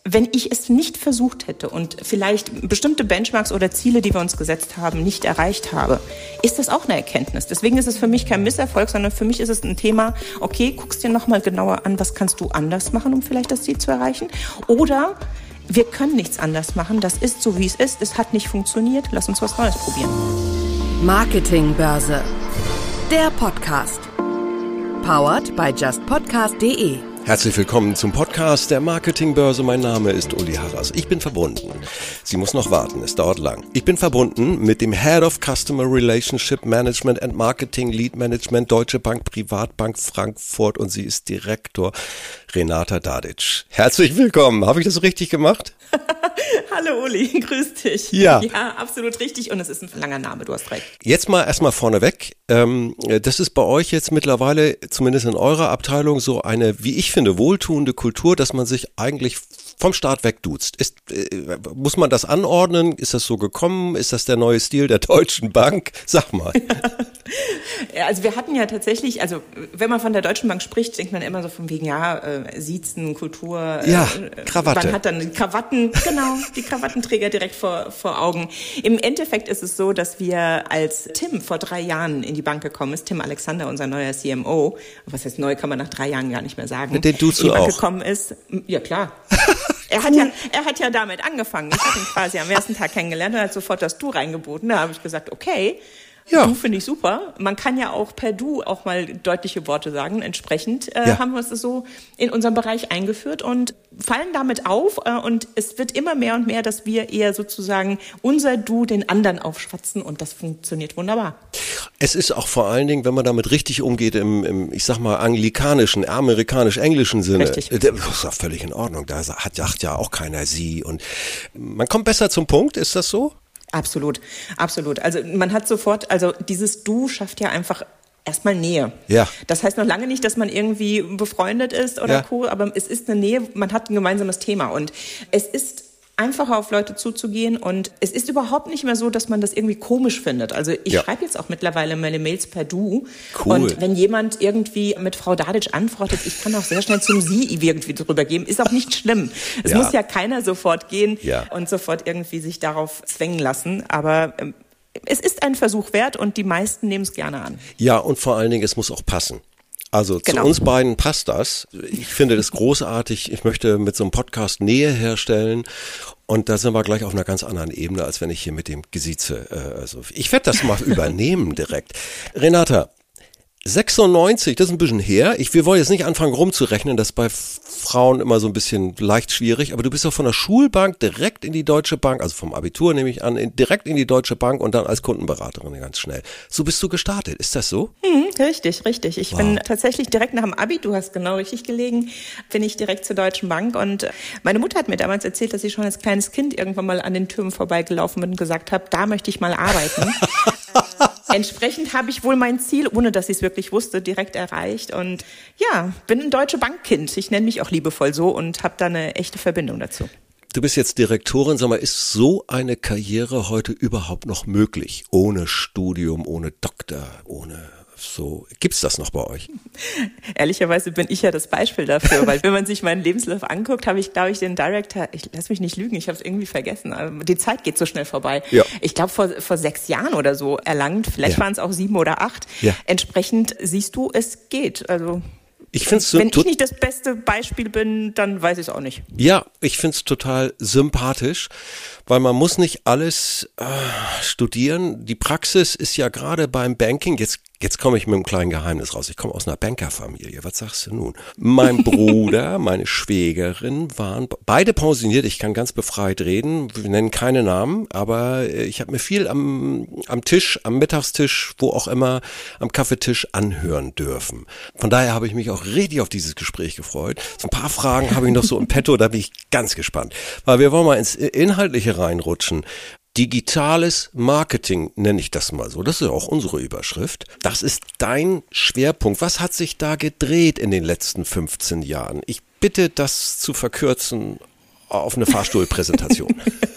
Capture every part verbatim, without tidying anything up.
wenn ich es nicht versucht hätte und vielleicht bestimmte Benchmarks oder Ziele, die wir uns gesetzt haben, nicht erreicht habe, ist das auch eine Erkenntnis. Deswegen ist es für mich kein Misserfolg, sondern für mich ist es ein Thema, okay, guckst dir nochmal genauer an, was kannst du anders machen, um vielleicht das Ziel zu erreichen? Oder wir können nichts anders machen, das ist so, wie es ist, es hat nicht funktioniert, lass uns was Neues probieren. Marketingbörse, der Podcast. Powered by just podcast punkt de. Herzlich willkommen zum Podcast der Marketingbörse. Mein Name ist Uli Harras. Ich bin verbunden. Sie muss noch warten, es dauert lang. Ich bin verbunden mit dem Head of Customer Relationship Management and Marketing Lead Management Deutsche Bank Privatbank Frankfurt und sie ist Direktor Renata Dadic. Herzlich willkommen. Habe ich das richtig gemacht? Hallo Uli, grüß dich. Ja. Ja, absolut richtig und es ist ein langer Name, du hast recht. Jetzt mal erstmal vorneweg. Ähm, das ist bei euch jetzt mittlerweile, zumindest in eurer Abteilung, so eine, wie ich finde, wohltuende Kultur, dass man sich eigentlich vom Start weg duzt. Ist, äh, muss man das anordnen? Ist das so gekommen? Ist das der neue Stil der Deutschen Bank? Sag mal. Ja, also wir hatten ja tatsächlich, also wenn man von der Deutschen Bank spricht, denkt man immer so von wegen, ja, äh, Siezen, Kultur. Ja, äh, Krawatte. Man hat dann die Krawatten, genau, die Krawattenträger direkt vor, vor Augen. Im Endeffekt ist es so, dass wir als Tim vor drei Jahren in die Bank gekommen ist, Tim Alexander, unser neuer C M O, was heißt neu, kann man nach drei Jahren gar nicht mehr sagen. Mit den duzt du in die Bank auch. gekommen ist, ja klar. Er hat ja, er hat ja damit angefangen. Ich habe ihn quasi am ersten Tag kennengelernt und hat sofort das Du reingeboten. Da habe ich gesagt, okay, ja. Du finde ich super. Man kann ja auch per Du auch mal deutliche Worte sagen. Entsprechend äh, ja. haben wir uns das so in unserem Bereich eingeführt und fallen damit auf. Äh, und es wird immer mehr und mehr, dass wir eher sozusagen unser Du den anderen aufschwatzen und das funktioniert wunderbar. Es ist auch vor allen Dingen, wenn man damit richtig umgeht, im, im ich sag mal, anglikanischen, amerikanisch-englischen Sinne. Richtig. Das ist doch völlig in Ordnung. Da hat, sagt ja auch keiner sie. Und man kommt besser zum Punkt, ist das so? Absolut, absolut. Also man hat sofort, also dieses Du schafft ja einfach erstmal Nähe. Ja. Das heißt noch lange nicht, dass man irgendwie befreundet ist oder ja. co, aber es ist eine Nähe, man hat ein gemeinsames Thema und es ist einfacher auf Leute zuzugehen und es ist überhaupt nicht mehr so, dass man das irgendwie komisch findet. Also ich ja. schreibe jetzt auch mittlerweile meine Mails per Du. Cool. Und wenn jemand irgendwie mit Frau Dadic antwortet, ich kann auch sehr schnell zum Sie irgendwie drüber geben, ist auch nicht schlimm. Es ja. muss ja keiner sofort gehen ja. und sofort irgendwie sich darauf zwängen lassen. Aber ähm, es ist ein Versuch wert und die meisten nehmen es gerne an. Ja, und vor allen Dingen, es muss auch passen. Also genau. Zu uns beiden passt das. Ich finde das großartig. Ich möchte mit so einem Podcast Nähe herstellen. Und da sind wir gleich auf einer ganz anderen Ebene, als wenn ich hier mit dem Gesieze, äh, also ich werde das mal übernehmen direkt. Renata, sechsundneunzig, das ist ein bisschen her. Ich, wir wollen jetzt nicht anfangen rumzurechnen, das ist bei Frauen immer so ein bisschen leicht schwierig, aber du bist doch von der Schulbank direkt in die Deutsche Bank, also vom Abitur nehme ich an, in, direkt in die Deutsche Bank und dann als Kundenberaterin ganz schnell. So bist du gestartet, ist das so? Hm, richtig, richtig. Ich wow. bin tatsächlich direkt nach dem Abi, du hast genau richtig gelegen, bin ich direkt zur Deutschen Bank und meine Mutter hat mir damals erzählt, dass ich schon als kleines Kind irgendwann mal an den Türmen vorbeigelaufen bin und gesagt habe, da möchte ich mal arbeiten. Entsprechend habe ich wohl mein Ziel, ohne dass ich es wirklich wusste, direkt erreicht und ja, bin ein Deutsche Bankkind. Ich nenne mich auch liebevoll so und habe da eine echte Verbindung dazu. Du bist jetzt Direktorin, sag mal, ist so eine Karriere heute überhaupt noch möglich? Ohne Studium, ohne Doktor, ohne so, gibt's das noch bei euch? Ehrlicherweise bin ich ja das Beispiel dafür, weil wenn man sich meinen Lebenslauf anguckt, habe ich, glaube ich, den Director, ich lass mich nicht lügen, ich habe es irgendwie vergessen, aber die Zeit geht so schnell vorbei. Ja. Ich glaube vor, vor sechs Jahren oder so erlangt, vielleicht ja. waren es auch sieben oder acht. Ja. Entsprechend siehst du, es geht. Also ich find's so wenn ich nicht das beste Beispiel bin, dann weiß ich es auch nicht. Ja, ich find's total sympathisch, weil man muss nicht alles äh, studieren. Die Praxis ist ja gerade beim Banking, jetzt Jetzt komme ich mit einem kleinen Geheimnis raus. Ich komme aus einer Bankerfamilie. Was sagst du nun? Mein Bruder, meine Schwägerin waren beide pensioniert. Ich kann ganz befreit reden. Wir nennen keine Namen, aber ich habe mir viel am, am Tisch, am Mittagstisch, wo auch immer, am Kaffeetisch anhören dürfen. Von daher habe ich mich auch richtig auf dieses Gespräch gefreut. So ein paar Fragen habe ich noch so im Petto, da bin ich ganz gespannt. Weil wir wollen mal ins Inhaltliche reinrutschen. Digitales Marketing nenne ich das mal so. Das ist ja auch unsere Überschrift. Das ist dein Schwerpunkt. Was hat sich da gedreht in den letzten fünfzehn Jahren? Ich bitte, das zu verkürzen auf eine Fahrstuhlpräsentation.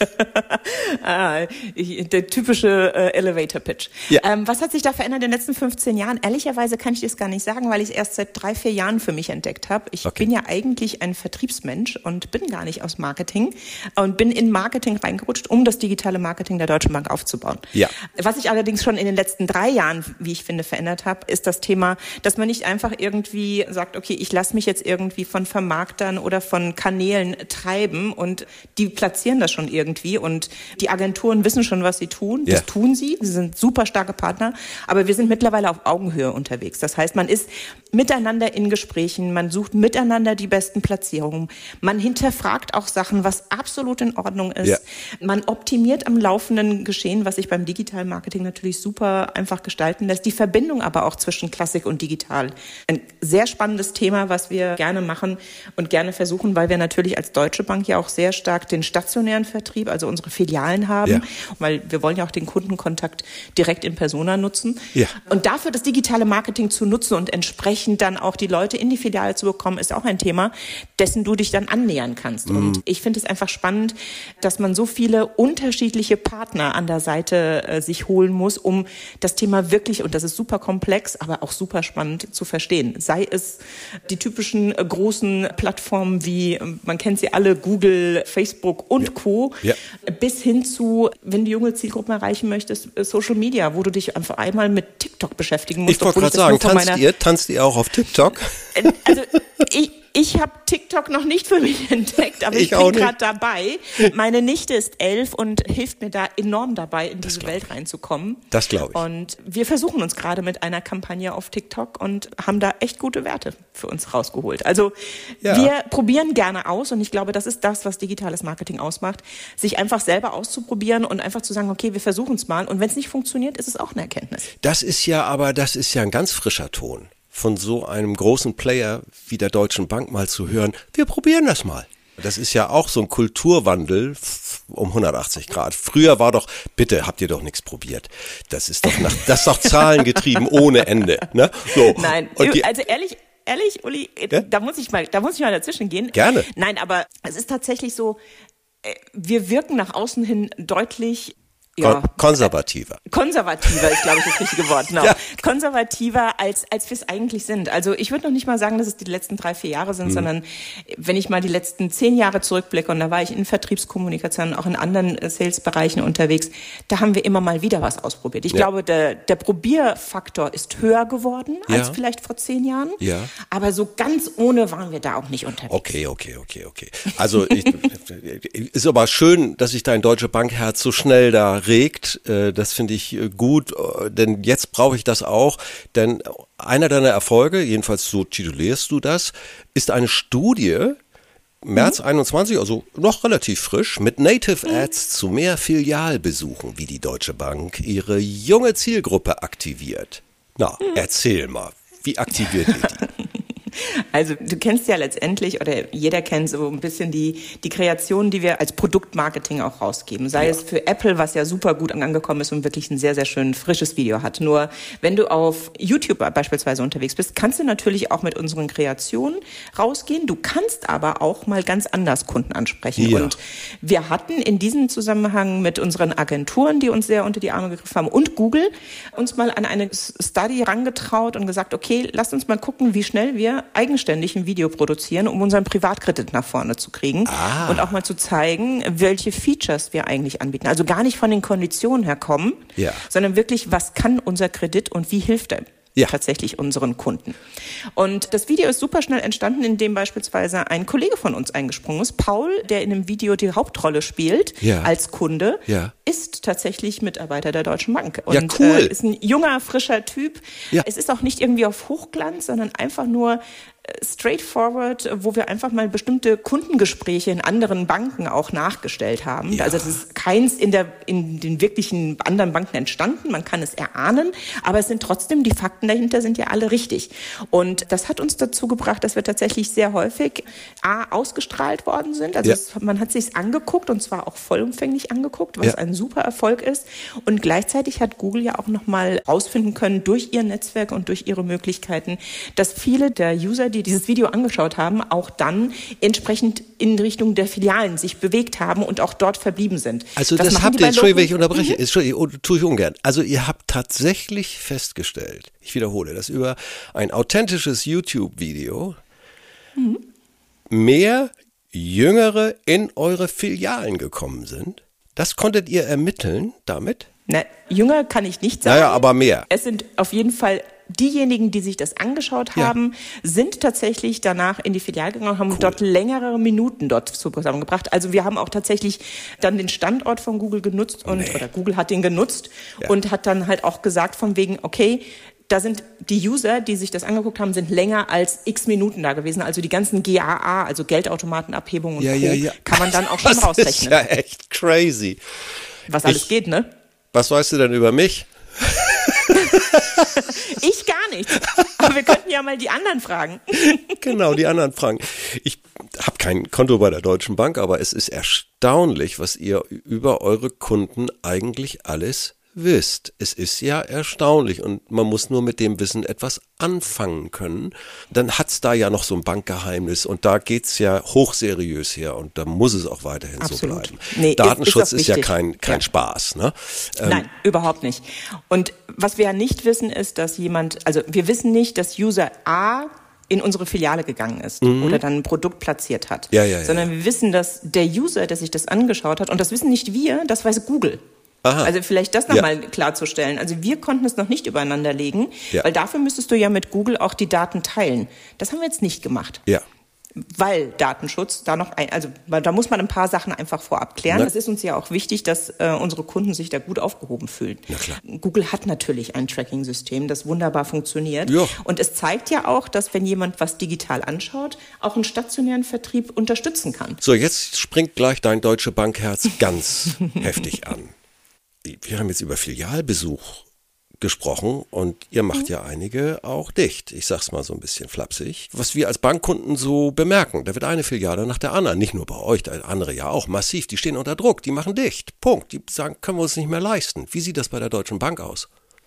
ah, ich, der typische äh, Elevator-Pitch. Ja. Ähm, was hat sich da verändert in den letzten fünfzehn Jahren? Ehrlicherweise kann ich das gar nicht sagen, weil ich es erst seit drei, vier Jahren für mich entdeckt habe. Ich Okay. bin ja eigentlich ein Vertriebsmensch und bin gar nicht aus Marketing und bin in Marketing reingerutscht, um das digitale Marketing der Deutschen Bank aufzubauen. Ja. Was ich allerdings schon in den letzten drei Jahren, wie ich finde, verändert habe, ist das Thema, dass man nicht einfach irgendwie sagt, okay, ich lasse mich jetzt irgendwie von Vermarktern oder von Kanälen treiben und die platzieren das schon irgendwie und die Agenturen wissen schon, was sie tun. Das Ja. tun sie. Sie sind super starke Partner, aber wir sind mittlerweile auf Augenhöhe unterwegs. Das heißt, man ist miteinander in Gesprächen, man sucht miteinander die besten Platzierungen, man hinterfragt auch Sachen, was absolut in Ordnung ist. Ja. Man optimiert am laufenden Geschehen, was sich beim digitalen Marketing natürlich super einfach gestalten lässt. Die Verbindung aber auch zwischen Klassik und digital. Ein sehr spannendes Thema, was wir gerne machen und gerne versuchen, weil wir natürlich als Deutsche Bank ja auch sehr stark den stationären Vertrieb, also unsere Filialen haben, Ja. weil wir wollen ja auch den Kundenkontakt direkt in Persona nutzen. Ja. Und dafür das digitale Marketing zu nutzen und entsprechend dann auch die Leute in die Filiale zu bekommen, ist auch ein Thema, dessen du dich dann annähern kannst. Mhm. Und ich finde es einfach spannend, dass man so viele unterschiedliche Partner an der Seite äh, sich holen muss, um das Thema wirklich, und das ist super komplex, aber auch super spannend zu verstehen. Sei es die typischen äh, großen Plattformen wie, äh, man kennt sie alle, Google, Facebook und Ja. Co., Ja. bis hin zu, wenn du junge Zielgruppen erreichen möchtest, äh, Social Media, wo du dich einfach einmal mit TikTok beschäftigen musst. Ich wollte obwohl gerade das sagen, nur von tanzt meiner- ihr, tanzt ihr auch auf TikTok? Äh, Also ich, ich habe TikTok noch nicht für mich entdeckt, aber ich, Ich auch bin nicht. gerade dabei. Meine Nichte ist elf und hilft mir da enorm dabei, in diese Welt reinzukommen. Das glaube ich. Und wir versuchen uns gerade mit einer Kampagne auf TikTok und haben da echt gute Werte für uns rausgeholt. Also Ja. wir probieren gerne aus und ich glaube, das ist das, was digitales Marketing ausmacht, sich einfach selber auszuprobieren und einfach zu sagen, okay, wir versuchen es mal und wenn es nicht funktioniert, ist es auch eine Erkenntnis. Das ist ja aber, das ist ja ein ganz frischer Ton, von so einem großen Player wie der Deutschen Bank mal zu hören, wir probieren das mal. Das ist ja auch so ein Kulturwandel f- um hundertachtzig Grad. Früher war doch, bitte, habt ihr doch nichts probiert. Das ist doch nach, das ist doch zahlengetrieben ohne Ende, ne? So. Nein, Und die, also ehrlich, ehrlich, Uli, Ja? da muss ich mal, da muss ich mal dazwischen gehen. Gerne. Nein, aber es ist tatsächlich so, äh, wir wirken nach außen hin deutlich ja, kon- konservativer. konservativer ist, glaube ich, das richtige Wort. Genau. Ja. Konservativer, als als wir es eigentlich sind. Also ich würde noch nicht mal sagen, dass es die letzten drei, vier Jahre sind, mhm. sondern wenn ich mal die letzten zehn Jahre zurückblicke, und da war ich in Vertriebskommunikation, auch in anderen äh, Sales-Bereichen unterwegs, da haben wir immer mal wieder was ausprobiert. Ich Ja. glaube, der, der Probierfaktor ist höher geworden Ja. als vielleicht vor zehn Jahren. Ja. Aber so ganz ohne waren wir da auch nicht unterwegs. Okay, okay, okay, okay. Also ich, ist aber schön, dass sich dein Deutsche Bankherz so schnell da regt. Das finde ich gut, denn jetzt brauche ich das auch. Denn einer deiner Erfolge, jedenfalls so titulierst du das, ist eine Studie, März mhm. einundzwanzig, also noch relativ frisch, mit Native Ads zu mehr Filialbesuchen, wie die Deutsche Bank ihre junge Zielgruppe aktiviert. Na, mhm. erzähl mal, wie aktiviert ihr die? Also du kennst ja letztendlich, oder jeder kennt so ein bisschen die die Kreationen, die wir als Produktmarketing auch rausgeben. Sei ja. es für Apple, was ja super gut angekommen ist und wirklich ein sehr, sehr schön frisches Video hat. Nur wenn du auf YouTube beispielsweise unterwegs bist, kannst du natürlich auch mit unseren Kreationen rausgehen. Du kannst aber auch mal ganz anders Kunden ansprechen. Ja. Und wir hatten in diesem Zusammenhang mit unseren Agenturen, die uns sehr unter die Arme gegriffen haben, und Google, uns mal an eine Study rangetraut und gesagt, okay, lasst uns mal gucken, wie schnell wir eigenständig ein Video produzieren, um unseren Privatkredit nach vorne zu kriegen ah. und auch mal zu zeigen, welche Features wir eigentlich anbieten. Also gar nicht von den Konditionen her kommen, ja. sondern wirklich, was kann unser Kredit und wie hilft er ja. tatsächlich unseren Kunden. Und das Video ist super schnell entstanden, indem beispielsweise ein Kollege von uns eingesprungen ist. Paul, der in dem Video die Hauptrolle spielt ja. als Kunde, ja. ist tatsächlich Mitarbeiter der Deutschen Bank. Und ja, cool. äh, ist ein junger, frischer Typ. Ja. Es ist auch nicht irgendwie auf Hochglanz, sondern einfach nur straightforward, wo wir einfach mal bestimmte Kundengespräche in anderen Banken auch nachgestellt haben. Ja. Also das ist keins in der in den wirklichen anderen Banken entstanden, man kann es erahnen, aber es sind trotzdem, die Fakten dahinter sind ja alle richtig. Und das hat uns dazu gebracht, dass wir tatsächlich sehr häufig A, ausgestrahlt worden sind. Also ja. es, man hat sich's angeguckt und zwar auch vollumfänglich angeguckt, was ja. ein super Erfolg ist. Und gleichzeitig hat Google ja auch nochmal rausfinden können durch ihr Netzwerk und durch ihre Möglichkeiten, dass viele der User, die dieses Video angeschaut haben, auch dann entsprechend in Richtung der Filialen sich bewegt haben und auch dort verblieben sind. Also das, das habt ihr, Entschuldigung, wenn ich unterbreche, mhm. Entschuldigung, tue ich ungern. Also ihr habt tatsächlich festgestellt, ich wiederhole, dass über ein authentisches YouTube-Video mhm. mehr Jüngere in eure Filialen gekommen sind. Das konntet ihr ermitteln damit? Na, jünger kann ich nicht sagen. Naja, aber mehr. Es sind auf jeden Fall diejenigen, die sich das angeschaut haben, ja. sind tatsächlich danach in die Filiale gegangen und haben cool. dort längere Minuten dort zusammengebracht. Also wir haben auch tatsächlich dann den Standort von Google genutzt und nee. oder Google hat den genutzt ja. und hat dann halt auch gesagt von wegen, okay, da sind die User, die sich das angeguckt haben, sind länger als x Minuten da gewesen. Also die ganzen G A A, also Geldautomatenabhebungen und ja, Co., ja, ja. kann man dann auch schon das rausrechnen. Das ist ja echt crazy. Was alles ich, geht, ne? Was weißt du denn über mich? Ich gar nichts. Aber wir könnten ja mal die anderen fragen. Genau, die anderen fragen. Ich habe kein Konto bei der Deutschen Bank, aber es ist erstaunlich, was ihr über eure Kunden eigentlich alles wisst. Es ist ja erstaunlich und man muss nur mit dem Wissen etwas anfangen können. Dann hat's da ja noch so ein Bankgeheimnis und da geht's ja hochseriös her und da muss es auch weiterhin Absolut. so bleiben. Nee, Datenschutz ist, ist, ist ja kein, kein ja. Spaß. Ne? Ähm, Nein, überhaupt nicht. Und was wir ja nicht wissen ist, dass jemand, also wir wissen nicht, dass User A in unsere Filiale gegangen ist mhm. oder dann ein Produkt platziert hat, ja, ja, ja, sondern ja. wir wissen, dass der User, der sich das angeschaut hat, und das wissen nicht wir, das weiß Google. Aha. Also vielleicht das nochmal ja. klarzustellen. Also wir konnten es noch nicht übereinander legen, ja. weil dafür müsstest du ja mit Google auch die Daten teilen. Das haben wir jetzt nicht gemacht. Ja. Weil Datenschutz da noch ein, also da muss man ein paar Sachen einfach vorab klären. Na. Das ist uns ja auch wichtig, dass äh, unsere Kunden sich da gut aufgehoben fühlen. Na klar. Google hat natürlich ein Tracking-System, das wunderbar funktioniert. Ja. Und es zeigt ja auch, dass wenn jemand was digital anschaut, auch einen stationären Vertrieb unterstützen kann. So, jetzt springt gleich dein Deutsche Bankherz ganz heftig an. Wir haben jetzt über Filialbesuch gesprochen und ihr macht ja einige auch dicht. Ich sag's mal so ein bisschen flapsig. Was wir als Bankkunden so bemerken, da wird eine Filiale nach der anderen, nicht nur bei euch, andere ja auch massiv, die stehen unter Druck, die machen dicht. Punkt. Die sagen, können wir uns nicht mehr leisten. Wie sieht das bei der Deutschen Bank aus?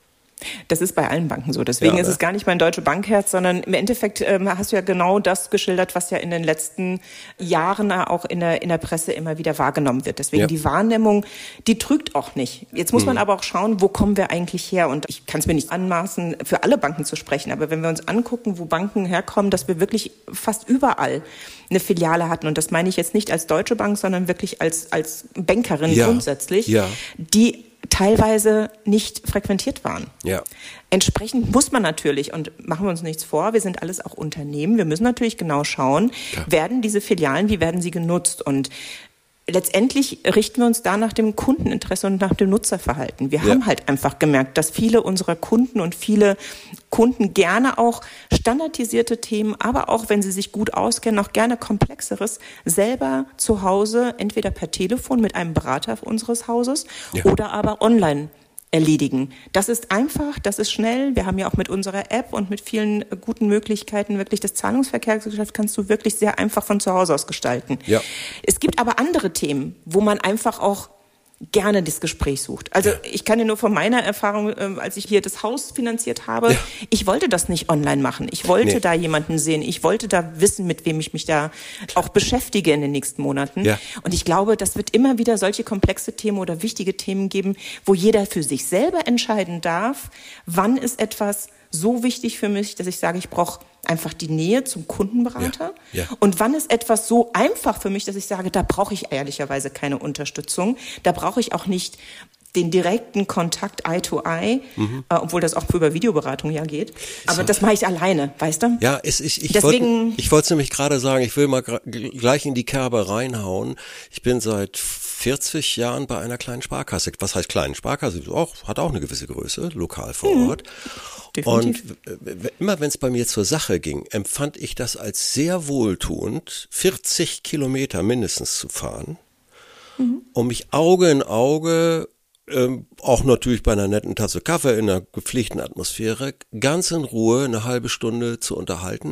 Das ist bei allen Banken so. Deswegen ja, ne? ist es gar nicht mein Deutsche Bankherz, sondern im Endeffekt ähm, hast du ja genau das geschildert, was ja in den letzten Jahren auch in der, in der Presse immer wieder wahrgenommen wird. Deswegen ja. die Wahrnehmung, die trügt auch nicht. Jetzt muss mhm. man aber auch schauen, wo kommen wir eigentlich her? Und ich kann es mir nicht anmaßen, für alle Banken zu sprechen, aber wenn wir uns angucken, wo Banken herkommen, dass wir wirklich fast überall eine Filiale hatten, und das meine ich jetzt nicht als Deutsche Bank, sondern wirklich als, als Bankerin ja. grundsätzlich, ja. die teilweise nicht frequentiert waren. Ja. Entsprechend muss man natürlich, und machen wir uns nichts vor, wir sind alles auch Unternehmen, wir müssen natürlich genau schauen, ja. werden diese Filialen, wie werden sie genutzt? Und letztendlich richten wir uns da nach dem Kundeninteresse und nach dem Nutzerverhalten. Wir ja. haben halt einfach gemerkt, dass viele unserer Kunden und viele Kunden gerne auch standardisierte Themen, aber auch, wenn sie sich gut auskennen, auch gerne komplexeres, selber zu Hause, entweder per Telefon mit einem Berater unseres Hauses ja. oder aber online erledigen. Das ist einfach, das ist schnell. Wir haben ja auch mit unserer App und mit vielen guten Möglichkeiten wirklich das Zahlungsverkehrsgeschäft kannst du wirklich sehr einfach von zu Hause aus gestalten. Ja. Es gibt aber andere Themen, wo man einfach auch gerne das Gespräch sucht. Also ja. ich kann dir nur von meiner Erfahrung, äh, als ich hier das Haus finanziert habe, ja. ich wollte das nicht online machen. Ich wollte nee. da jemanden sehen. Ich wollte da wissen, mit wem ich mich da auch beschäftige in den nächsten Monaten. Ja. Und ich glaube, das wird immer wieder solche komplexe Themen oder wichtige Themen geben, wo jeder für sich selber entscheiden darf, wann ist etwas so wichtig für mich, dass ich sage, ich brauche einfach die Nähe zum Kundenberater. Ja, ja. Und wann ist etwas so einfach für mich, dass ich sage, da brauche ich ehrlicherweise keine Unterstützung. Da brauche ich auch nicht den direkten Kontakt Eye to Eye, mhm. äh, obwohl das auch über Videoberatung ja geht. Aber so. Das mache ich alleine, weißt du? Ja, es, ich, ich wollte ich wollte nämlich gerade sagen, ich will mal gleich in die Kerbe reinhauen. Ich bin seit vierzig Jahren bei einer kleinen Sparkasse. Was heißt kleinen Sparkasse? Auch, hat auch eine gewisse Größe, lokal vor mhm. Ort. Definitiv. Und immer wenn es bei mir zur Sache ging, empfand ich das als sehr wohltuend, vierzig Kilometer mindestens zu fahren, mhm. um mich Auge in Auge, ähm, auch natürlich bei einer netten Tasse Kaffee in einer gepflegten Atmosphäre, ganz in Ruhe eine halbe Stunde zu unterhalten.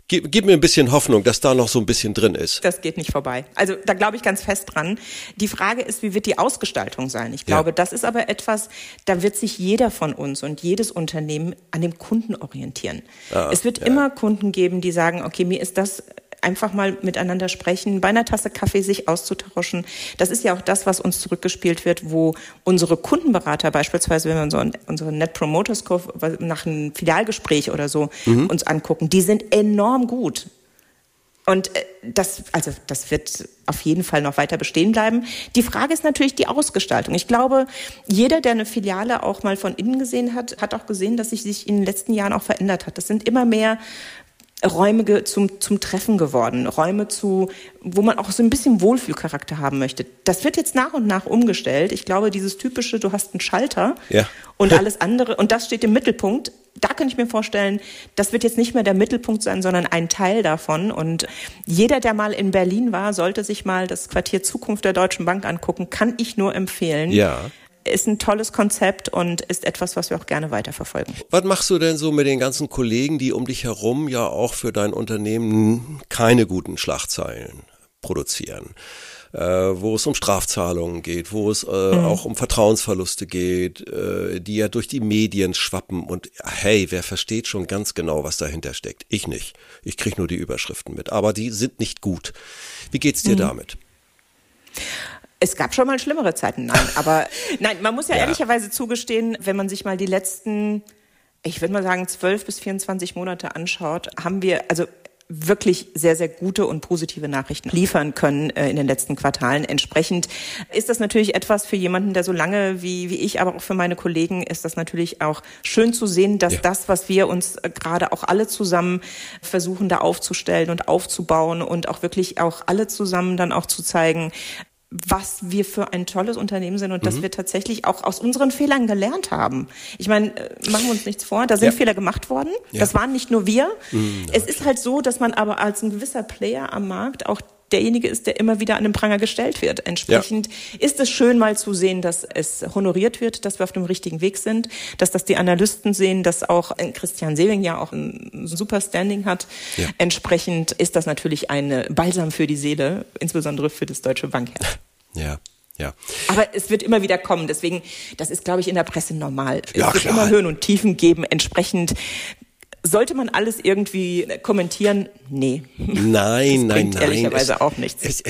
Gib, gib mir ein bisschen Hoffnung, dass da noch so ein bisschen drin ist. Das geht nicht vorbei. Also da glaube ich ganz fest dran. Die Frage ist, wie wird die Ausgestaltung sein? Ich glaube, ja. das ist aber etwas, da wird sich jeder von uns und jedes Unternehmen an dem Kunden orientieren. Ah, es wird ja. immer Kunden geben, die sagen, okay, mir ist das einfach mal miteinander sprechen, bei einer Tasse Kaffee sich auszutauschen. Das ist ja auch das, was uns zurückgespielt wird, wo unsere Kundenberater beispielsweise, wenn wir so unsere Net Promoter Score nach einem Filialgespräch oder so mhm. uns angucken, die sind enorm gut. Und das, also das wird auf jeden Fall noch weiter bestehen bleiben. Die Frage ist natürlich die Ausgestaltung. Ich glaube, jeder, der eine Filiale auch mal von innen gesehen hat, hat auch gesehen, dass sich sich in den letzten Jahren auch verändert hat. Das sind immer mehr Räume ge- zum, zum Treffen geworden, Räume zu, wo man auch so ein bisschen Wohlfühlcharakter haben möchte. Das wird jetzt nach und nach umgestellt. Ich glaube, dieses typische, du hast einen Schalter ja. und alles andere, und das steht im Mittelpunkt. Da könnte ich mir vorstellen, das wird jetzt nicht mehr der Mittelpunkt sein, sondern ein Teil davon. Und jeder, der mal in Berlin war, sollte sich mal das Quartier Zukunft der Deutschen Bank angucken. Kann ich nur empfehlen. Ja. Ist ein tolles Konzept und ist etwas, was wir auch gerne weiterverfolgen. Was machst du denn so mit den ganzen Kollegen, die um dich herum ja auch für dein Unternehmen keine guten Schlagzeilen produzieren? Äh, wo es um Strafzahlungen geht, wo es äh, mhm. auch um Vertrauensverluste geht, äh, die ja durch die Medien schwappen und hey, wer versteht schon ganz genau, was dahinter steckt? Ich nicht. Ich kriege nur die Überschriften mit, aber die sind nicht gut. Wie geht's dir mhm. damit? Es gab schon mal schlimmere Zeiten, nein, aber nein, man muss ja, ja ehrlicherweise zugestehen, wenn man sich mal die letzten, ich würde mal sagen, zwölf bis vierundzwanzig Monate anschaut, haben wir also wirklich sehr, sehr gute und positive Nachrichten liefern können äh, in den letzten Quartalen. Entsprechend ist das natürlich etwas für jemanden, der so lange wie wie ich, aber auch für meine Kollegen, ist das natürlich auch schön zu sehen, dass ja. das, was wir uns äh, gerade auch alle zusammen versuchen, da aufzustellen und aufzubauen und auch wirklich auch alle zusammen dann auch zu zeigen, was wir für ein tolles Unternehmen sind und mhm. dass wir tatsächlich auch aus unseren Fehlern gelernt haben. Ich meine, machen wir uns nichts vor, da sind ja. Fehler gemacht worden. Ja. Das waren nicht nur wir. Mhm, es ist halt so, dass man aber als ein gewisser Player am Markt auch derjenige ist, der immer wieder an den Pranger gestellt wird. Entsprechend ja. ist es schön mal zu sehen, dass es honoriert wird, dass wir auf dem richtigen Weg sind, dass das die Analysten sehen, dass auch Christian Sewing ja auch ein super Standing hat. Ja. Entsprechend ist das natürlich ein Balsam für die Seele, insbesondere für das Deutsche Bankherz. Ja. Ja. Aber es wird immer wieder kommen, deswegen, das ist, glaube ich, in der Presse normal. Ja, es wird klar. immer Höhen und Tiefen geben, entsprechend sollte man alles irgendwie kommentieren? Nee. Nein, das nein, nein. Ehrlicherweise es, auch nichts. Es, äh,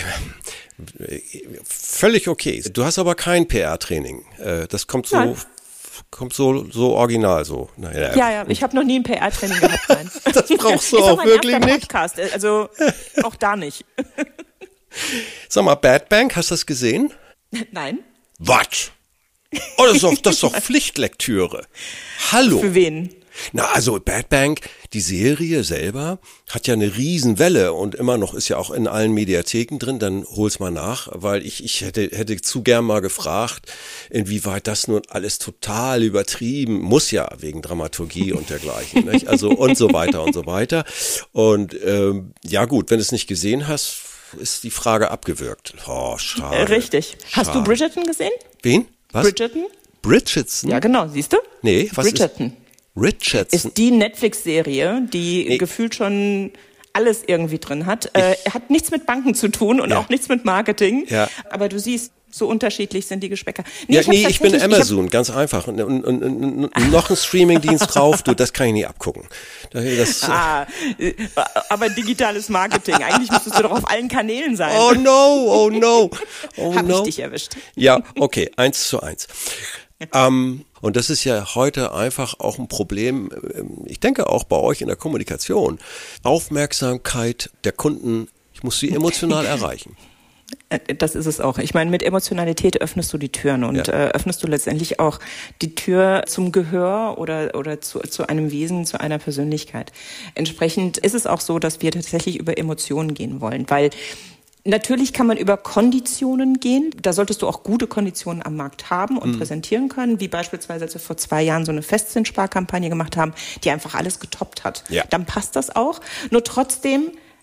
völlig okay. Du hast aber kein P R-Training. Äh, das kommt so, nein. kommt so, so original so. Naja. Ja, ja, ich habe noch nie ein P R-Training gehabt, nein. Das brauchst du ist auch wirklich nicht. Podcast, also auch da nicht. Sag mal, Bad Bank, hast du das gesehen? Nein. Was? Oh, das ist doch, das ist doch Pflichtlektüre. Hallo. Für wen? Na, also Bad Bank, die Serie selber hat ja eine Riesenwelle und immer noch ist ja auch in allen Mediatheken drin, dann hol's mal nach, weil ich ich hätte hätte zu gern mal gefragt, inwieweit das nun alles total übertrieben, muss ja wegen Dramaturgie und dergleichen, nicht? Also und so weiter und so weiter. Und ähm, ja gut, wenn du es nicht gesehen hast, ist die Frage abgewürgt. Oh, schade. Richtig. Schade. Hast du Bridgerton gesehen? Wen? Was? Bridgerton? Bridgerton? Ja, genau, siehst du? Nee, was Bridgerton. ist Richardson. Ist die Netflix-Serie, die nee. gefühlt schon alles irgendwie drin hat. Äh, hat nichts mit Banken zu tun und ja. auch nichts mit Marketing. Ja. Aber du siehst, so unterschiedlich sind die Geschmäcker. Nee, ja, ich, nee, ich bin Amazon, ich ganz einfach. Und, und, und, und noch ein Streamingdienst drauf, du, das kann ich nie abgucken. Das, ah, aber digitales Marketing, eigentlich müsstest du doch auf allen Kanälen sein. Oh no, oh no. Oh Hab no. ich dich erwischt. Ja, okay, eins zu eins. Ähm, und das ist ja heute einfach auch ein Problem, ich denke auch bei euch in der Kommunikation. Aufmerksamkeit der Kunden, ich muss sie emotional erreichen. Das ist es auch. Ich meine, mit Emotionalität öffnest du die Türen und ja. äh, öffnest du letztendlich auch die Tür zum Gehör oder oder zu, zu einem Wesen, zu einer Persönlichkeit. Entsprechend ist es auch so, dass wir tatsächlich über Emotionen gehen wollen, weil natürlich kann man über Konditionen gehen. Da solltest du auch gute Konditionen am Markt haben und mhm. präsentieren können, wie beispielsweise, als wir vor zwei Jahren so eine Festzinssparkampagne gemacht haben, die einfach alles getoppt hat. Ja. Dann passt das auch. Nur trotzdem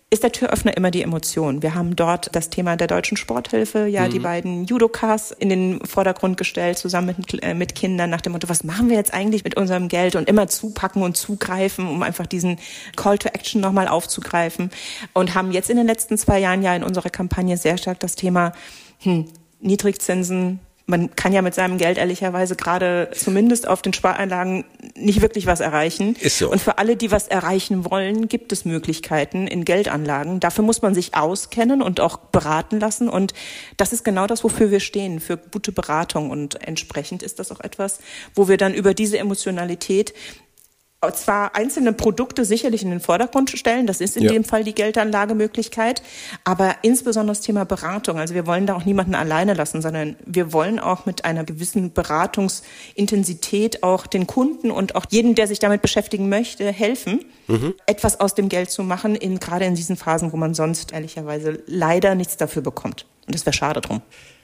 ist der Türöffner immer die Emotion. Wir haben dort das Thema der Deutschen Sporthilfe, ja, mhm. die beiden Judokas in den Vordergrund gestellt, zusammen mit, äh, mit Kindern nach dem Motto, was machen wir jetzt eigentlich mit unserem Geld, und immer zupacken und zugreifen, um einfach diesen Call to Action nochmal aufzugreifen, und haben jetzt in den letzten zwei Jahren ja in unserer Kampagne sehr stark das Thema hm, Niedrigzinsen. Man kann ja mit seinem Geld ehrlicherweise gerade zumindest auf den Spareinlagen nicht wirklich was erreichen. Ist so. Und für alle, die was erreichen wollen, gibt es Möglichkeiten in Geldanlagen. Dafür muss man sich auskennen und auch beraten lassen. Und das ist genau das, wofür wir stehen, für gute Beratung. Und entsprechend ist das auch etwas, wo wir dann über diese Emotionalität zwar einzelne Produkte sicherlich in den Vordergrund stellen, das ist in ja. dem Fall die Geldanlagemöglichkeit, aber insbesondere das Thema Beratung. Also wir wollen da auch niemanden alleine lassen, sondern wir wollen auch mit einer gewissen Beratungsintensität auch den Kunden und auch jedem, der sich damit beschäftigen möchte, helfen, mhm. etwas aus dem Geld zu machen, in, gerade in diesen Phasen, wo man sonst ehrlicherweise leider nichts dafür bekommt. Und das wäre schade drum.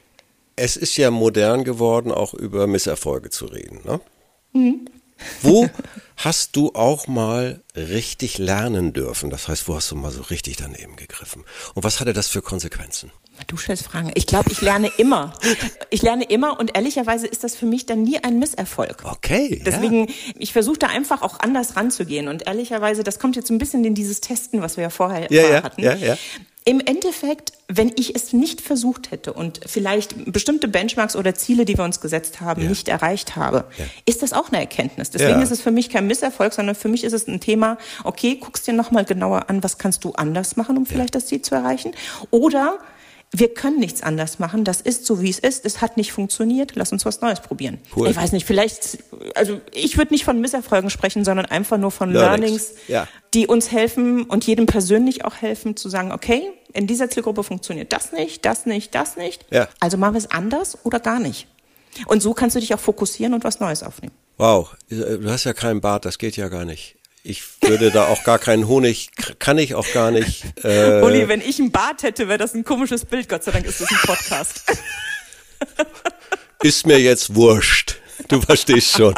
Es ist ja modern geworden, auch über Misserfolge zu reden, ne? Mhm. Wo hast du auch mal richtig lernen dürfen? Das heißt, wo hast du mal so richtig daneben gegriffen? Und was hatte das für Konsequenzen? Du stellst Fragen. Ich glaube, ich lerne immer. Ich lerne immer, und ehrlicherweise ist das für mich dann nie ein Misserfolg. Okay. Deswegen, ja. ich versuche da einfach auch anders ranzugehen. Und ehrlicherweise, das kommt jetzt ein bisschen in dieses Testen, was wir ja vorher ja, ja, hatten. Ja, ja. Im Endeffekt, wenn ich es nicht versucht hätte und vielleicht bestimmte Benchmarks oder Ziele, die wir uns gesetzt haben, ja. nicht erreicht habe, ja. ist das auch eine Erkenntnis. Deswegen ja. ist es für mich kein Misserfolg, sondern für mich ist es ein Thema, okay, guckst dir nochmal genauer an, was kannst du anders machen, um vielleicht ja. das Ziel zu erreichen? Oder wir können nichts anders machen, das ist so, wie es ist, es hat nicht funktioniert, lass uns was Neues probieren. Cool. Ich weiß nicht, vielleicht, also ich würde nicht von Misserfolgen sprechen, sondern einfach nur von Learnings, Learnings ja. die uns helfen und jedem persönlich auch helfen, zu sagen, okay, in dieser Zielgruppe funktioniert das nicht, das nicht, das nicht, ja. also machen wir es anders oder gar nicht. Und so kannst du dich auch fokussieren und was Neues aufnehmen. Wow, du hast ja keinen Bart, das geht ja gar nicht. Ich würde da auch gar keinen Honig, kann ich auch gar nicht. Äh Uli, wenn ich einen Bart hätte, wäre das ein komisches Bild. Gott sei Dank ist das ein Podcast. Ist mir jetzt wurscht. Du verstehst schon.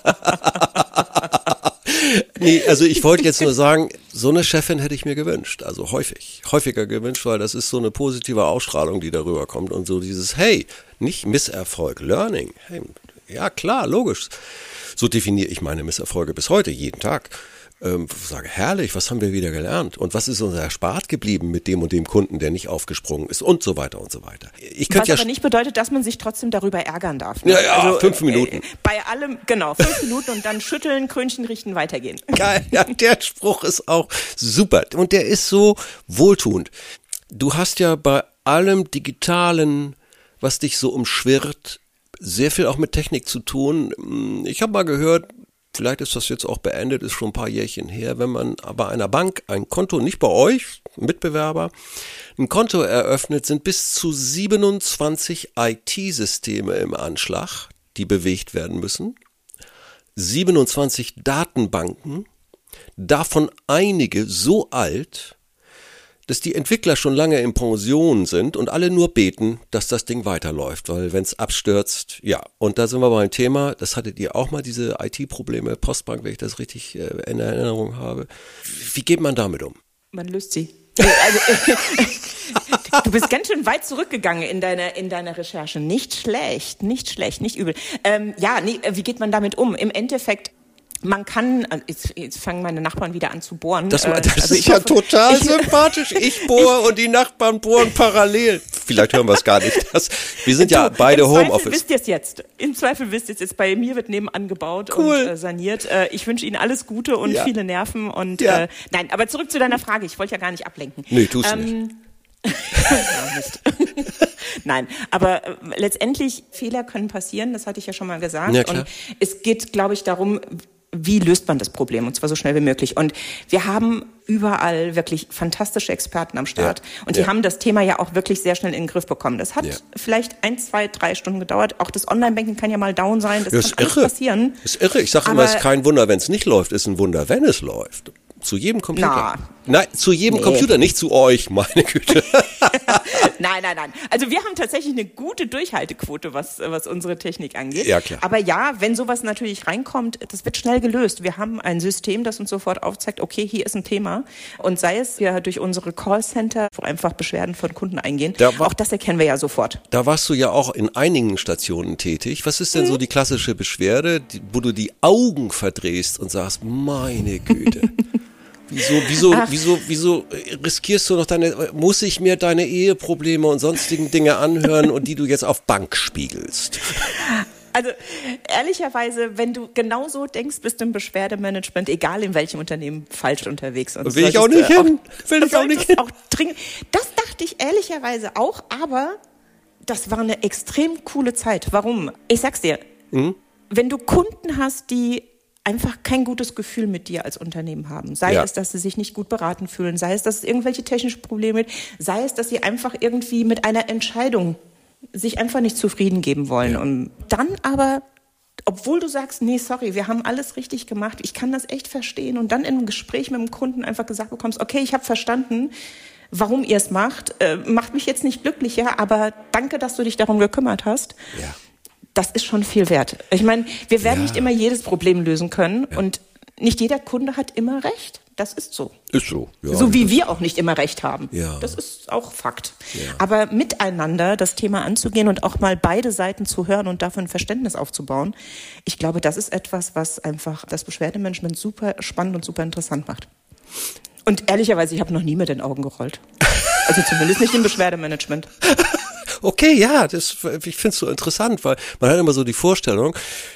Nee, also ich wollte jetzt nur sagen, so eine Chefin hätte ich mir gewünscht. Also häufig, häufiger gewünscht, weil das ist so eine positive Ausstrahlung, die darüber kommt. Und so dieses, hey, nicht Misserfolg, Learning. Hey, ja klar, logisch. So definiere ich meine Misserfolge bis heute, jeden Tag. Ähm, sage, herrlich, was haben wir wieder gelernt? Und was ist uns erspart geblieben mit dem und dem Kunden, der nicht aufgesprungen ist und so weiter und so weiter. Ich was ja aber nicht bedeutet, dass man sich trotzdem darüber ärgern darf. Ne? Ja, ja, also, fünf Minuten. Äh, bei allem, genau, fünf Minuten und dann schütteln, Krönchen richten, weitergehen. Geil, ja, der Spruch ist auch super und der ist so wohltuend. Du hast ja bei allem Digitalen, was dich so umschwirrt, sehr viel auch mit Technik zu tun. Ich habe mal gehört, vielleicht ist das jetzt auch beendet, ist schon ein paar Jährchen her, wenn man bei einer Bank ein Konto, nicht bei euch, Mitbewerber, ein Konto eröffnet, sind bis zu siebenundzwanzig I T-Systeme im Anschlag, die bewegt werden müssen, siebenundzwanzig Datenbanken, davon einige so alt, dass die Entwickler schon lange in Pension sind und alle nur beten, dass das Ding weiterläuft, weil wenn es abstürzt, ja. Und da sind wir beim Thema, das hattet ihr auch mal, diese I T-Probleme, Postbank, wenn ich das richtig äh, in Erinnerung habe. Wie geht man damit um? Man löst sie. Also, du bist ganz schön weit zurückgegangen in deiner in deiner Recherche. Nicht schlecht, nicht schlecht, nicht übel. Ähm, ja, nee, wie geht man damit um? Im Endeffekt, man kann, jetzt, jetzt fangen meine Nachbarn wieder an zu bohren. Das, das also ist ja hoffe, total ich, sympathisch. Ich bohre und die Nachbarn bohren parallel. Vielleicht hören wir es gar nicht. Das, wir sind du, ja beide Homeoffice. Im Zweifel wisst ihr es jetzt. Im Zweifel wisst ihr es jetzt. Bei mir wird nebenan gebaut cool. und äh, saniert. Äh, ich wünsche Ihnen alles Gute und ja. viele Nerven. Und ja. äh, nein, aber zurück zu deiner Frage. Ich wollte ja gar nicht ablenken. Nee, tust du ähm, nicht. ja, nicht. Nein, aber äh, letztendlich Fehler können passieren. Das hatte ich ja schon mal gesagt. Ja, klar. Und es geht, glaube ich, darum, wie löst man das Problem, und zwar so schnell wie möglich. Und wir haben überall wirklich fantastische Experten am Start. Ja, und die ja. haben das Thema ja auch wirklich sehr schnell in den Griff bekommen. Das hat ja. vielleicht ein, zwei, drei Stunden gedauert. Auch das Online-Banking kann ja mal down sein. Das, das kann alles passieren. Das ist irre. Ich sage immer, es ist kein Wunder, wenn es nicht läuft. Es ist ein Wunder, wenn es läuft. Zu jedem Computer. Na. Nein, zu jedem Nee. Computer, nicht zu euch, meine Güte. Nein, nein, nein. Also wir haben tatsächlich eine gute Durchhaltequote, was, was unsere Technik angeht. Ja, klar. Aber ja, wenn sowas natürlich reinkommt, das wird schnell gelöst. Wir haben ein System, das uns sofort aufzeigt, okay, hier ist ein Thema. Und sei es wir durch unsere Callcenter, wo einfach Beschwerden von Kunden eingehen, Da war- auch das erkennen wir ja sofort. Da warst du ja auch in einigen Stationen tätig. Was ist denn so die klassische Beschwerde, die, wo du die Augen verdrehst und sagst, meine Güte. Wieso, wieso, Ach. wieso, wieso riskierst du noch deine, muss ich mir deine Eheprobleme und sonstigen Dinge anhören und die du jetzt auf Bank spiegelst? Also ehrlicherweise, wenn du genau so denkst, bist du im Beschwerdemanagement, egal in welchem Unternehmen, falsch unterwegs. Und Will ich auch solltest, nicht äh, hin. Will ich auch nicht solltest hin. Auch dringend. Das dachte ich ehrlicherweise auch, aber das war eine extrem coole Zeit. Warum? Ich sag's dir, Mhm. wenn du Kunden hast, die einfach kein gutes Gefühl mit dir als Unternehmen haben. Sei Ja. es, dass sie sich nicht gut beraten fühlen, sei es, dass es irgendwelche technische Probleme gibt, sei es, dass sie einfach irgendwie mit einer Entscheidung sich einfach nicht zufrieden geben wollen. Ja. Und dann aber, obwohl du sagst, nee, sorry, wir haben alles richtig gemacht, ich kann das echt verstehen und dann in einem Gespräch mit dem Kunden einfach gesagt bekommst, okay, ich habe verstanden, warum ihr es macht, äh, macht mich jetzt nicht glücklicher, aber danke, dass du dich darum gekümmert hast. Ja. Das ist schon viel wert. Ich meine, wir werden Ja. nicht immer jedes Problem lösen können und nicht jeder Kunde hat immer recht. Das ist so. Ist so. Ja, so wie das- wir auch nicht immer recht haben. Ja. Das ist auch Fakt. Ja. Aber miteinander das Thema anzugehen und auch mal beide Seiten zu hören und davon ein Verständnis aufzubauen, ich glaube, das ist etwas, was einfach das Beschwerdemanagement super spannend und super interessant macht. Und ehrlicherweise, ich habe noch nie mit den Augen gerollt. Also zumindest nicht im Beschwerdemanagement. Okay, ja, das, ich finde es so interessant, weil man hat immer so die Vorstellung,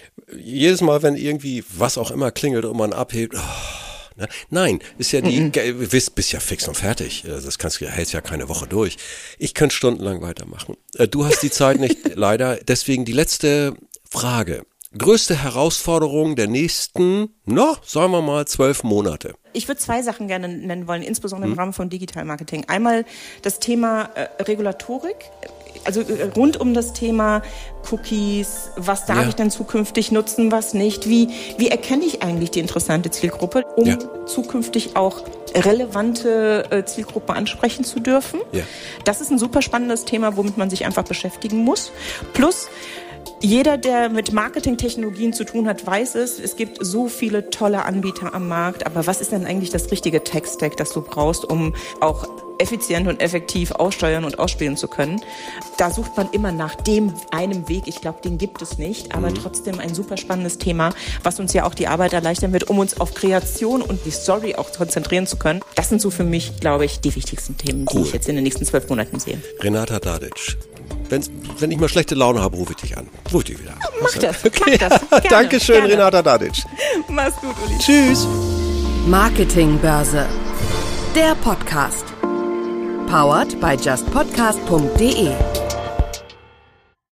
jedes Mal, wenn irgendwie was auch immer klingelt und man abhebt, oh, ne? Nein, ist ja die, du bist, bist ja fix und fertig, das kannst du, hältst ja keine Woche durch. Ich könnte stundenlang weitermachen. Du hast die Zeit nicht, leider, deswegen die letzte Frage. Größte Herausforderung der nächsten, na, sagen wir mal, zwölf Monate. Ich würde zwei Sachen gerne nennen wollen, insbesondere im Rahmen von Digital Marketing. Einmal das Thema äh, Regulatorik, also äh, rund um das Thema Cookies, was darf Ja. ich denn zukünftig nutzen, was nicht, wie, wie erkenne ich eigentlich die interessante Zielgruppe, um Ja. zukünftig auch relevante äh, Zielgruppen ansprechen zu dürfen. Ja. Das ist ein super spannendes Thema, womit man sich einfach beschäftigen muss. Plus, jeder, der mit Marketingtechnologien zu tun hat, weiß es, es gibt so viele tolle Anbieter am Markt, aber was ist denn eigentlich das richtige Tech-Stack, das du brauchst, um auch effizient und effektiv aussteuern und ausspielen zu können? Da sucht man immer nach dem einem Weg. Ich glaube, den gibt es nicht, aber trotzdem ein super spannendes Thema, was uns ja auch die Arbeit erleichtern wird, um uns auf Kreation und die Story auch konzentrieren zu können. Das sind so für mich, glaube ich, die wichtigsten Themen, Cool. die ich jetzt in den nächsten zwölf Monaten sehe. Renata Dadic. Wenn, wenn ich mal schlechte Laune habe, rufe ich dich an. Ruf dich wieder an. Mach das, Okay. mach das. Gerne, Dankeschön, gerne. Renata Dadic. Mach's gut, Uli. Tschüss. Marketingbörse. Der Podcast. Powered by just podcast punkt de